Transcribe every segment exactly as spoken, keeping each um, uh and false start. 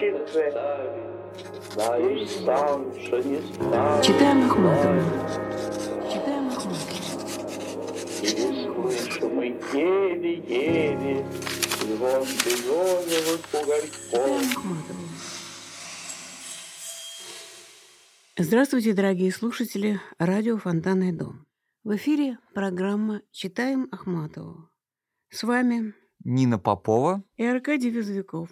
случится, знаю сам, что не стану. Читаем Ахматову. Читаем Ахматову. И слышу мы еле-еле звон березовых угольков. Читаем Ахматову. Здравствуйте, дорогие слушатели радио «Фонтанный дом». В эфире программа «Читаем Ахматову». С вами Нина Попова и Аркадий Вездвяков.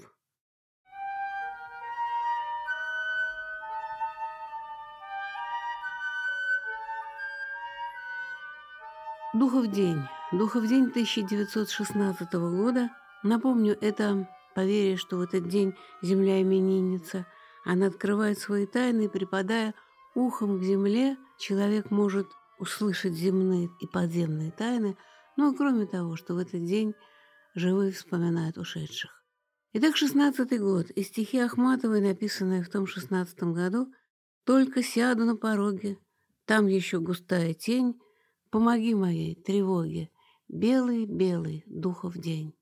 Духов день. Духов день тысяча девятьсот шестнадцатого года. Напомню, это поверье, что в этот день Земля именинница. Она открывает свои тайны, и, припадая ухом к земле, человек может услышать земные и подземные тайны, ну, кроме того, что в этот день живые вспоминают ушедших. Итак, шестнадцатый год, и стихи Ахматовой, написанные в том шестнадцатом году: «Только сяду на пороге, там еще густая тень, помоги моей тревоге, белый-белый духов день».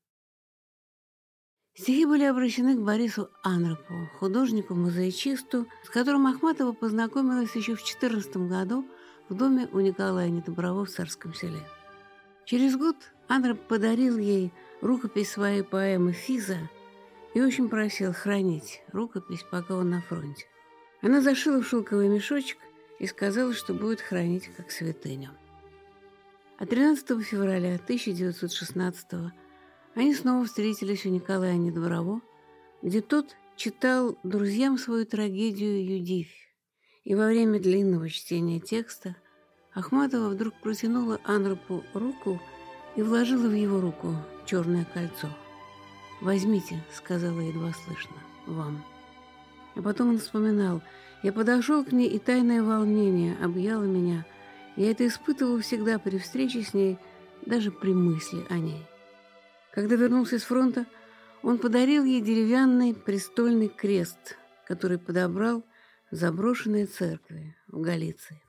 Стихи были обращены к Борису Анропу, художнику-мозаичисту, с которым Ахматова познакомилась еще в четырнадцатом году в доме у Николая Недоброва в Царском Селе. Через год Анроп подарил ей рукопись своей поэмы «Физа» и очень просил хранить рукопись, пока он на фронте. Она зашила в шелковый мешочек и сказала, что будет хранить как святыню. А тринадцатого февраля тысяча девятьсот шестнадцатого они снова встретились у Николая Недоброва, где тот читал друзьям свою трагедию «Юдивь». И во время длинного чтения текста Ахматова вдруг протянула Анропу руку и вложила в его руку черное кольцо. «Возьмите», — сказала едва слышно, — «вам». А потом он вспоминал: «Я подошел к ней, и тайное волнение объяло меня. Я это испытывал всегда при встрече с ней, даже при мысли о ней». Когда вернулся с фронта, он подарил ей деревянный престольный крест, который подобрал в заброшенной церкви в Галиции.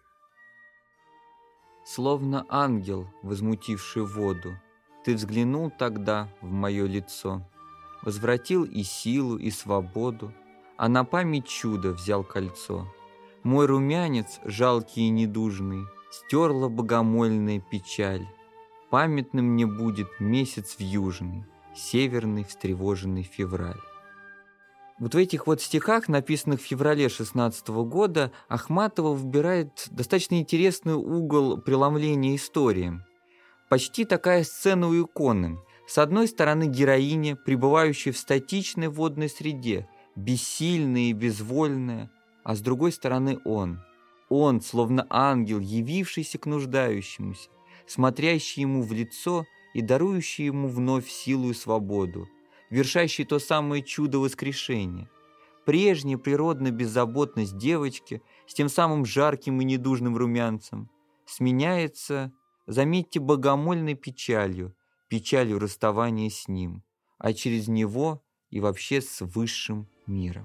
Словно ангел, возмутивший воду, ты взглянул тогда в мое лицо, возвратил и силу, и свободу, а на память чудо взял кольцо. Мой румянец, жалкий и недужный, стерла богомольная печаль. Памятным мне будет месяц вьюжный, северный встревоженный февраль. Вот в этих вот стихах, написанных в феврале шестнадцатого года, Ахматова выбирает достаточно интересный угол преломления истории. Почти такая сцена у иконы. С одной стороны героиня, пребывающая в статичной водной среде, бессильная и безвольная, а с другой стороны он. Он, словно ангел, явившийся к нуждающемуся, смотрящий ему в лицо и дарующий ему вновь силу и свободу, вершащий то самое чудо воскрешения. Прежняя природная беззаботность девочки с тем самым жарким и недужным румянцем сменяется, заметьте, богомольной печалью, печалью расставания с ним, а через него и вообще с высшим миром.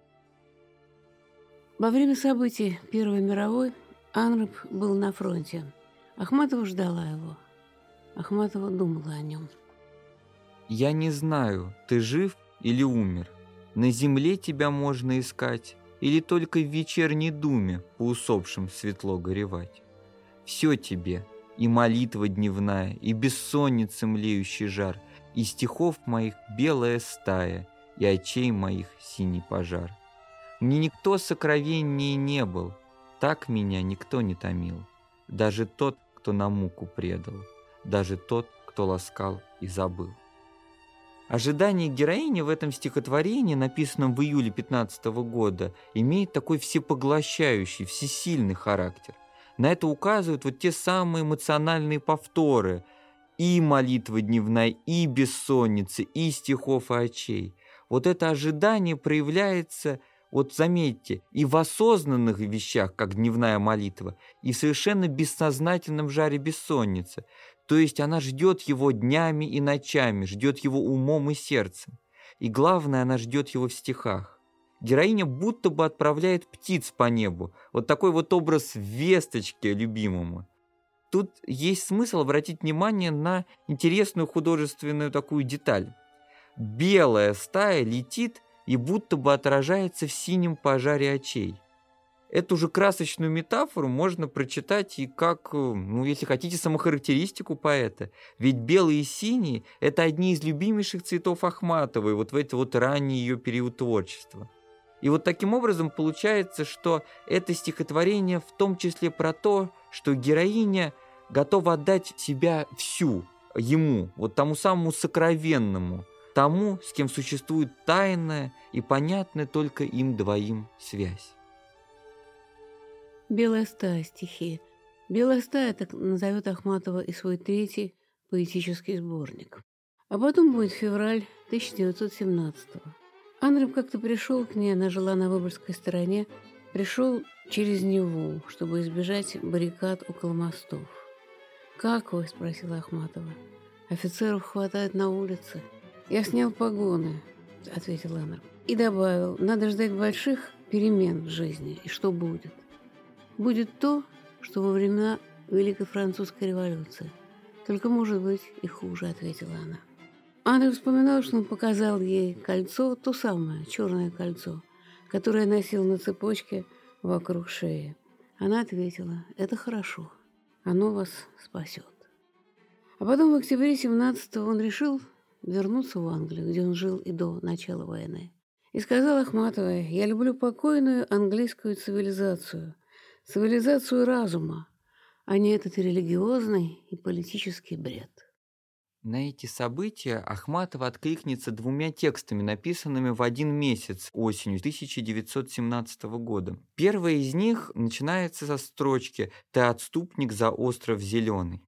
Во время событий Первой мировой Анроп был на фронте. Ахматова ждала его. Ахматова думала о нем. «Я не знаю, ты жив или умер. На земле тебя можно искать, или только в вечерней думе по усопшим светло горевать. Все тебе, и молитва дневная, и бессонница млеющий жар, и стихов моих белая стая, и очей моих синий пожар. Мне никто сокровеннее не был, так меня никто не томил, даже тот, кто на муку предал, даже тот, кто ласкал и забыл». Ожидание героини в этом стихотворении, написанном в июле пятнадцатого года, имеет такой всепоглощающий, всесильный характер. На это указывают вот те самые эмоциональные повторы и молитвы дневная, и бессонницы, и стихов и очей. Вот это ожидание проявляется, вот заметьте, и в осознанных вещах, как дневная молитва, и в совершенно бессознательном жаре бессонницы. То есть она ждет его днями и ночами, ждет его умом и сердцем. И главное, она ждет его в стихах. Героиня будто бы отправляет птиц по небу. Вот такой вот образ весточки любимому. Тут есть смысл обратить внимание на интересную художественную такую деталь. Белая стая летит и будто бы отражается в синем пожаре очей. Эту же красочную метафору можно прочитать и как, ну, если хотите, самохарактеристику поэта. Ведь белые и синие – это одни из любимейших цветов Ахматовой вот в этот вот ранний ее период творчества. И вот таким образом получается, что это стихотворение в том числе про то, что героиня готова отдать себя всю ему, вот тому самому сокровенному, тому, с кем существует тайная и понятная только им двоим связь. «Белая стая» стихи. «Белая стая» так назовет Ахматова и свой третий поэтический сборник. А потом будет февраль тысяча девятьсот семнадцатого. Анреп как-то пришел к ней, она жила на Выборгской стороне, пришел через Неву, чтобы избежать баррикад около мостов. «Как вы?» – спросила Ахматова. «Офицеров хватает на улице». «Я снял погоны», – ответил Анреп. И добавил: «Надо ждать больших перемен в жизни. И что будет? Будет то, что во времена Великой Французской революции. Только, может быть, и хуже», – ответила она. Анреп вспоминал, что он показал ей кольцо, то самое черное кольцо, которое носил на цепочке вокруг шеи. Она ответила: «Это хорошо. Оно вас спасет». А потом в октябре семнадцатого он решил вернуться в Англию, где он жил и до начала войны. И сказал Ахматовой: «Я люблю покойную английскую цивилизацию, цивилизацию разума, а не этот религиозный и политический бред». На эти события Ахматова откликнется двумя текстами, написанными в один месяц осенью тысяча девятьсот семнадцатого года. Первый из них начинается со строчки «Ты отступник за остров зеленый».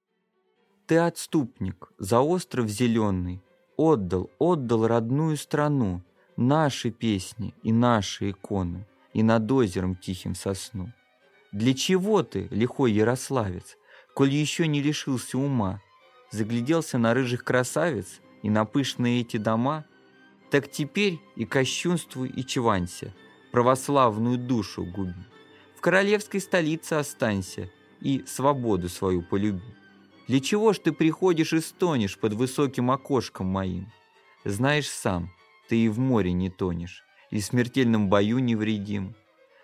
«Ты отступник за остров зеленый, отдал, отдал родную страну, наши песни и наши иконы, и над озером тихим сосну. Для чего ты, лихой ярославец, коль еще не лишился ума, загляделся на рыжих красавиц и на пышные эти дома? Так теперь и кощунствуй, и чванься, православную душу губи. В королевской столице останься и свободу свою полюби. Для чего ж ты приходишь и стонешь под высоким окошком моим? Знаешь сам, ты и в море не тонешь, и в смертельном бою невредим.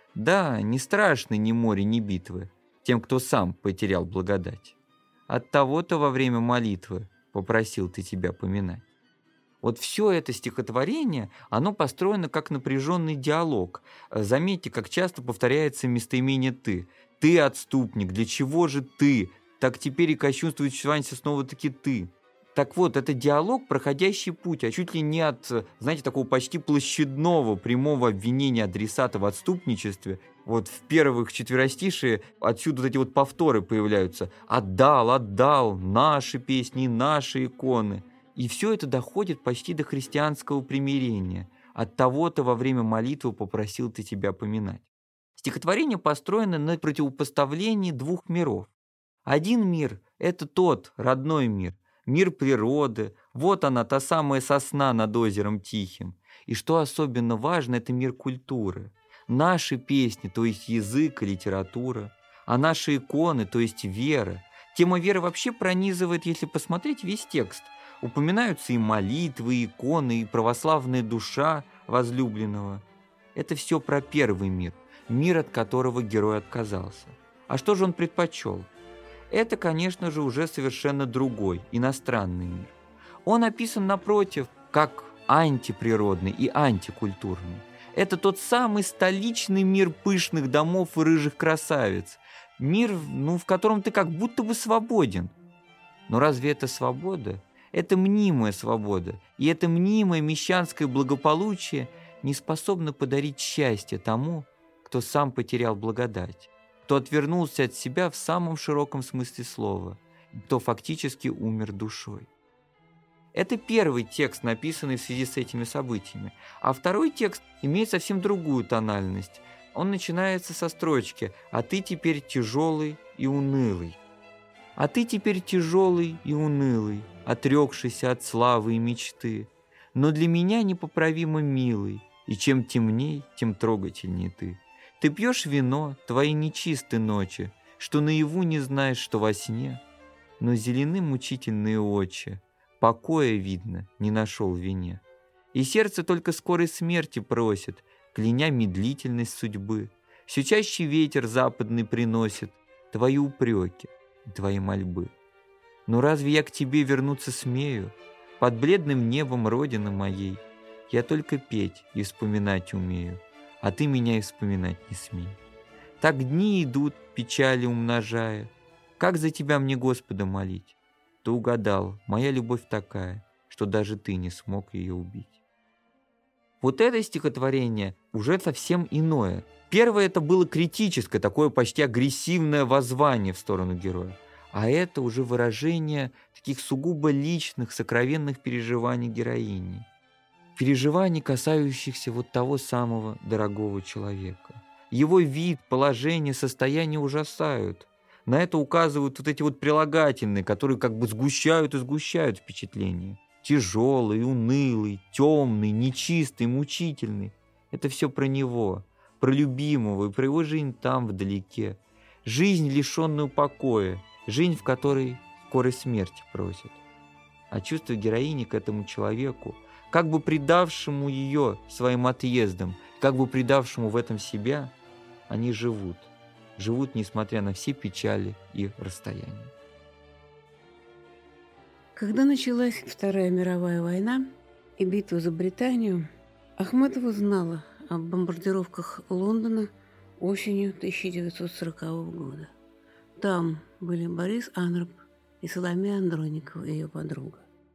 Да, не страшны ни море, ни битвы тем, кто сам потерял благодать. Оттого-то во время молитвы попросил ты тебя поминать». Вот все это стихотворение, оно построено как напряженный диалог. Заметьте, как часто повторяется местоимение «ты». «Ты отступник, для чего же ты? Так теперь и кощунствует чванься снова-таки ты». Так вот, это диалог, проходящий путь, а чуть ли не от, знаете, такого почти площадного прямого обвинения адресата в отступничестве. Вот в первых четверостишие отсюда вот эти вот повторы появляются. «Отдал, отдал, наши песни, наши иконы». И все это доходит почти до христианского примирения. «От того-то во время молитвы попросил ты тебя поминать». Стихотворение построено на противопоставлении двух миров. Один мир – это тот, родной мир, мир природы, вот она, та самая сосна над озером тихим. И что особенно важно, это мир культуры. Наши песни, то есть язык и литература, а наши иконы, то есть вера. Тема веры вообще пронизывает, если посмотреть, весь текст. Упоминаются и молитвы, и иконы, и православная душа возлюбленного. Это все про первый мир, мир, от которого герой отказался. А что же он предпочел? Это, конечно же, уже совершенно другой, иностранный мир. Он описан, напротив, как антиприродный и антикультурный. Это тот самый столичный мир пышных домов и рыжих красавиц. Мир, ну, в котором ты как будто бы свободен. Но разве это свобода? Это мнимая свобода. И это мнимое мещанское благополучие не способно подарить счастье тому, кто сам потерял благодать, кто отвернулся от себя в самом широком смысле слова, кто фактически умер душой. Это первый текст, написанный в связи с этими событиями. А второй текст имеет совсем другую тональность. Он начинается со строчки «А ты теперь тяжелый и унылый». «А ты теперь тяжелый и унылый, отрекшийся от славы и мечты, но для меня непоправимо милый, и чем темней, тем трогательней ты. Ты пьешь вино, твои нечисты ночи, что наяву не знаешь, что во сне, но зелены мучительные очи, покоя, видно, не нашел в вине. И сердце только скорой смерти просит, кляня медлительность судьбы. Все чаще ветер западный приносит твои упреки, твои мольбы. Но разве я к тебе вернуться смею? Под бледным небом родины моей я только петь и вспоминать умею, а ты меня и вспоминать не смей. Так дни идут, печали умножая. Как за тебя мне Господа молить? Ты угадал, моя любовь такая, что даже ты не смог ее убить. Вот это стихотворение уже совсем иное. Первое это было критическое, такое почти агрессивное воззвание в сторону героя. А это уже выражение таких сугубо личных, сокровенных переживаний героини. Переживаний, касающихся вот того самого дорогого человека. Его вид, положение, состояние ужасают. На это указывают вот эти вот прилагательные, которые как бы сгущают и сгущают впечатление. Тяжелый, унылый, темный, нечистый, мучительный. Это все про него, про любимого и про его жизнь там, вдалеке. Жизнь, лишенную покоя, жизнь, в которой скорой смерти просит. А чувство героини к этому человеку, как бы предавшему ее своим отъездом, как бы предавшему в этом себя, они живут. Живут, несмотря на все печали и расстояния. Когда началась Вторая мировая война и битва за Британию, Ахматова знала о бомбардировках Лондона осенью тысяча девятьсот сорокового года. Там были Борис Анреп и Соломея Андроникова, ее подруга.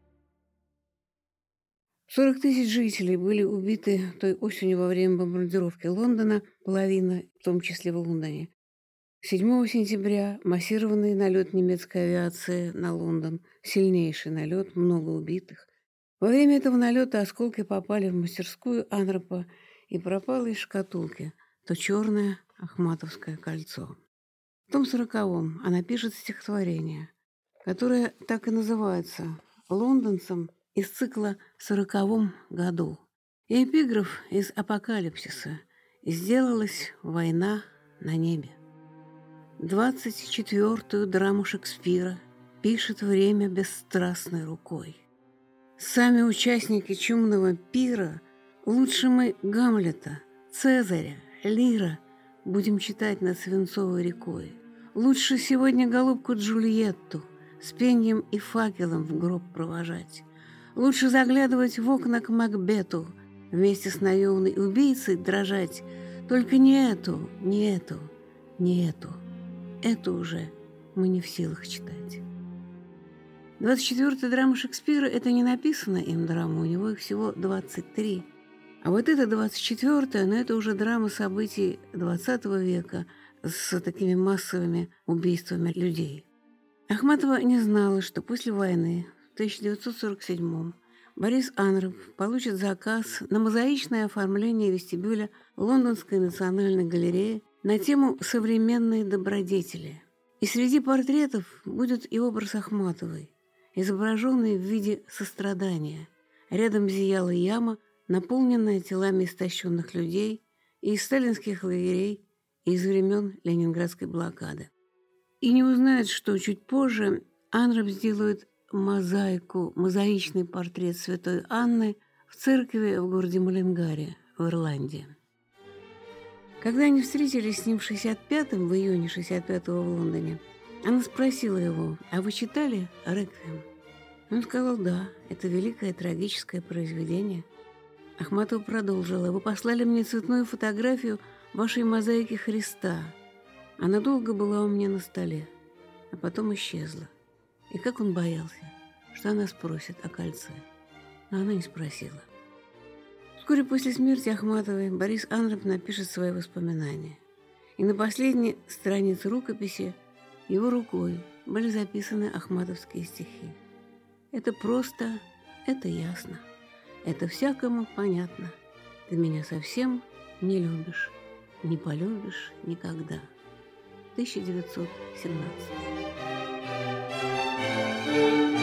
сорок тысяч жителей были убиты той осенью во время бомбардировки Лондона, половина, в том числе в Лондоне. седьмого сентября массированный налет немецкой авиации на Лондон, сильнейший налет, много убитых. Во время этого налета осколки попали в мастерскую Анрепа и пропало из шкатулки то черное ахматовское кольцо. В том сороковом она пишет стихотворение, которое так и называется «Лондонцам» из цикла «В сороковом году». И эпиграф из «Апокалипсиса» «Сделалась война на небе». Двадцать четвертую драму Шекспира пишет время бесстрастной рукой. Сами участники чумного пира лучше мы Гамлета, Цезаря, Лира будем читать над свинцовой рекой. Лучше сегодня голубку Джульетту с пеньем и факелом в гроб провожать. Лучше заглядывать в окна к Макбету, вместе с наемной убийцей дрожать. Только не эту, не эту, не эту. Эту уже мы не в силах читать. двадцать четвёртая драма Шекспира – это не написанная им драма, у него их всего двадцать три. А вот эта двадцать четвёртая, но это уже драма событий двадцатого века с такими массовыми убийствами людей. Ахматова не знала, что после войны в тысяча девятьсот сорок седьмом Борис Анреп получит заказ на мозаичное оформление вестибюля Лондонской национальной галереи на тему «Современные добродетели». И среди портретов будет и образ Ахматовой, изображенный в виде сострадания. Рядом зияла яма, наполненная телами истощенных людей и из сталинских лагерей, и из времен Ленинградской блокады. И не узнает, что чуть позже Анреп сделает мозаику, мозаичный портрет святой Анны в церкви в городе Мулингаре в Ирландии. Когда они встретились с ним в шестьдесят пятом, в июне шестьдесят пятого в Лондоне, она спросила его: «А вы читали «Реквием»?» Он сказал: «Да, это великое трагическое произведение». Ахматова продолжила: «Вы послали мне цветную фотографию вашей мозаики Христа. Она долго была у меня на столе, а потом исчезла». И как он боялся, что она спросит о кольце. Но она не спросила. Вскоре после смерти Ахматовой Борис Анреп напишет свои воспоминания. И на последней странице рукописи его рукой были записаны ахматовские стихи. Это просто, это ясно, это всякому понятно. Ты меня совсем не любишь, не полюбишь никогда. тысяча девятьсот семнадцатый.